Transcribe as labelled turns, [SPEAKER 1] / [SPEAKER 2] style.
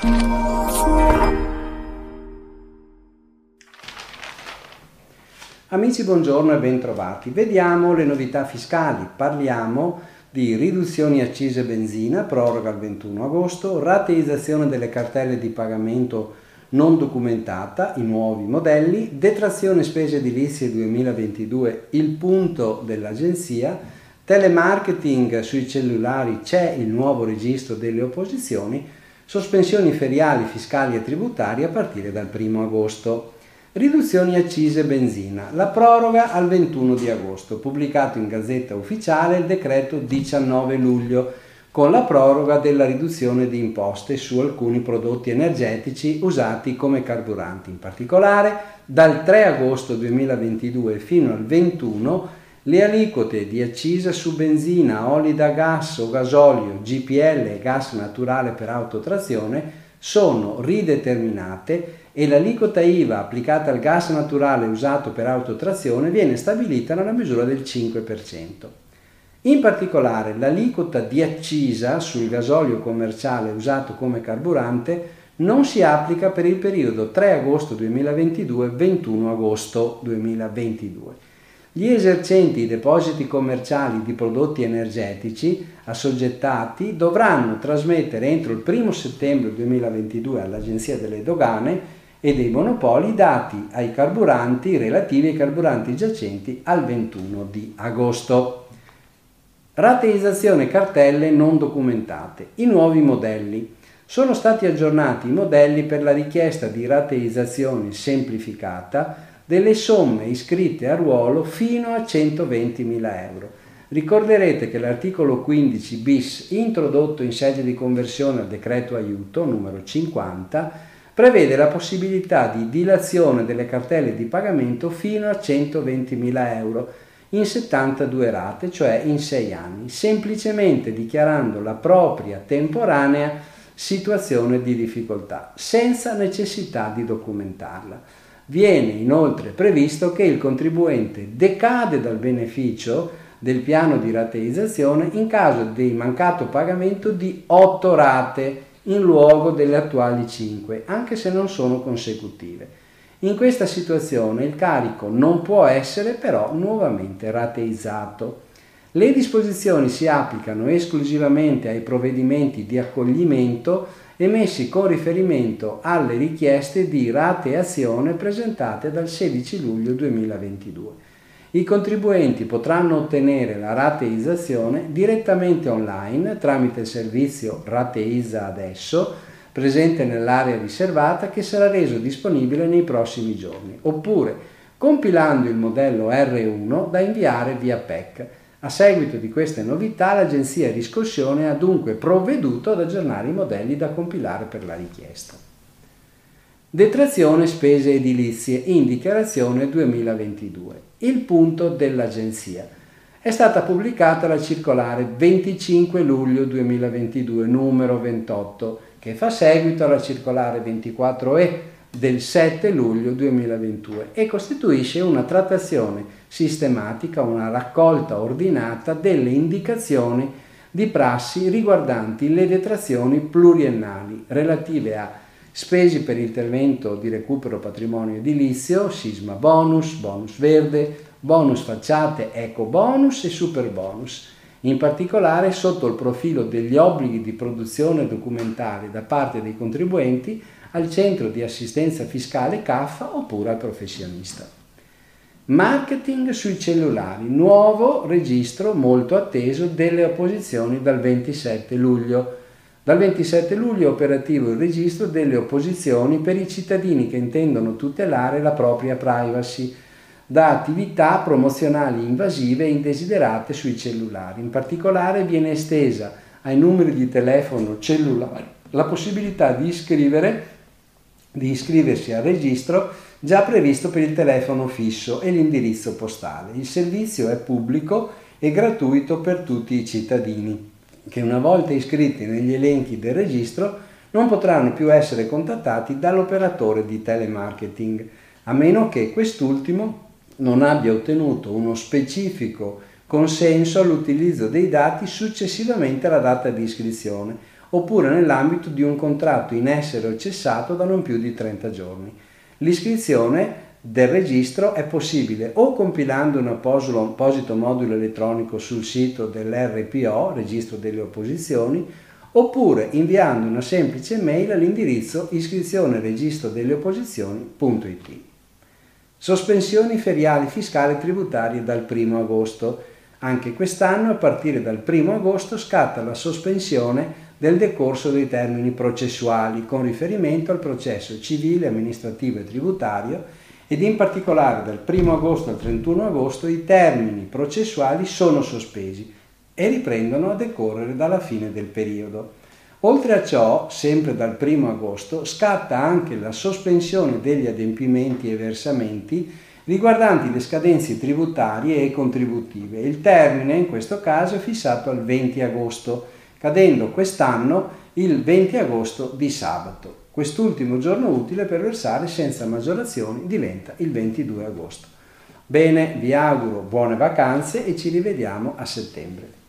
[SPEAKER 1] Amici, buongiorno e bentrovati. Vediamo le novità fiscali. Parliamo di riduzioni accise benzina, proroga al 21 agosto, rateizzazione delle cartelle di pagamento non documentata, i nuovi modelli, detrazione spese edilizie 2022, il punto dell'agenzia, telemarketing sui cellulari, c'è il nuovo registro delle opposizioni, sospensioni feriali, fiscali e tributarie a partire dal 1 agosto. Riduzioni accise benzina, la proroga al 21 di agosto, pubblicato in Gazzetta Ufficiale il decreto 19 luglio, con la proroga della riduzione di imposte su alcuni prodotti energetici usati come carburanti. In particolare, dal 3 agosto 2022 fino al 21 le aliquote di accisa su benzina, oli da gas o gasolio, GPL e gas naturale per autotrazione sono rideterminate e l'aliquota IVA applicata al gas naturale usato per autotrazione viene stabilita nella misura del 5%. In particolare, l'aliquota di accisa sul gasolio commerciale usato come carburante non si applica per il periodo 3 agosto 2022-21 agosto 2022. Gli esercenti i depositi commerciali di prodotti energetici assoggettati dovranno trasmettere entro il 1 settembre 2022 all'Agenzia delle Dogane e dei Monopoli i dati ai carburanti relativi ai carburanti giacenti al 21 di agosto. Rateizzazione cartelle non documentate. I nuovi modelli. Sono stati aggiornati i modelli per la richiesta di rateizzazione semplificata delle somme iscritte a ruolo fino a 120.000 euro. Ricorderete che l'articolo 15 bis, introdotto in sede di conversione al decreto aiuto numero 50, prevede la possibilità di dilazione delle cartelle di pagamento fino a 120.000 euro in 72 rate, cioè in 6 anni, semplicemente dichiarando la propria temporanea situazione di difficoltà, senza necessità di documentarla. Viene inoltre previsto che il contribuente decade dal beneficio del piano di rateizzazione in caso di mancato pagamento di 8 rate in luogo delle attuali 5, anche se non sono consecutive. In questa situazione il carico non può essere però nuovamente rateizzato. Le disposizioni si applicano esclusivamente ai provvedimenti di accoglimento emessi con riferimento alle richieste di rateazione presentate dal 16 luglio 2022. I contribuenti potranno ottenere la rateizzazione direttamente online tramite il servizio Rateizza Adesso, presente nell'area riservata, che sarà reso disponibile nei prossimi giorni, oppure compilando il modello R1 da inviare via PEC. A seguito di queste novità, l'Agenzia Riscossione ha dunque provveduto ad aggiornare i modelli da compilare per la richiesta. Detrazione spese edilizie in dichiarazione 2022. Il punto dell'Agenzia. È stata pubblicata la circolare 25 luglio 2022 numero 28, che fa seguito alla circolare 24E del 7 luglio 2022 e costituisce una trattazione sistematica, una raccolta ordinata delle indicazioni di prassi riguardanti le detrazioni pluriennali relative a spesi per intervento di recupero patrimonio edilizio, sisma bonus, bonus verde, bonus facciate, eco bonus e super bonus, in particolare sotto il profilo degli obblighi di produzione documentale da parte dei contribuenti al centro di assistenza fiscale CAF oppure al professionista. Marketing sui cellulari, nuovo registro molto atteso delle opposizioni dal 27 luglio. Dal 27 luglio è operativo il registro delle opposizioni per i cittadini che intendono tutelare la propria privacy da attività promozionali invasive e indesiderate sui cellulari. In particolare viene estesa ai numeri di telefono cellulare la possibilità di iscriversi al registro già previsto per il telefono fisso e l'indirizzo postale. Il servizio è pubblico e gratuito per tutti i cittadini, che una volta iscritti negli elenchi del registro non potranno più essere contattati dall'operatore di telemarketing, a meno che quest'ultimo non abbia ottenuto uno specifico consenso all'utilizzo dei dati successivamente alla data di iscrizione, oppure nell'ambito di un contratto in essere o cessato da non più di 30 giorni. L'iscrizione del registro è possibile o compilando un apposito modulo elettronico sul sito dell'RPO, Registro delle Opposizioni, oppure inviando una semplice mail all'indirizzo iscrizioneregistrodelleopposizioni.it. Sospensioni feriali fiscali tributarie dal 1 agosto. Anche quest'anno, a partire dal 1 agosto, scatta la sospensione del decorso dei termini processuali con riferimento al processo civile, amministrativo e tributario, ed in particolare dal 1 agosto al 31 agosto i termini processuali sono sospesi e riprendono a decorrere dalla fine del periodo. Oltre a ciò, sempre dal 1 agosto, scatta anche la sospensione degli adempimenti e versamenti riguardanti le scadenze tributarie e contributive. Il termine in questo caso è fissato al 20 agosto, cadendo quest'anno il 20 agosto di sabato. Quest'ultimo giorno utile per versare senza maggiorazioni diventa il 22 agosto. Bene, vi auguro buone vacanze e ci rivediamo a settembre.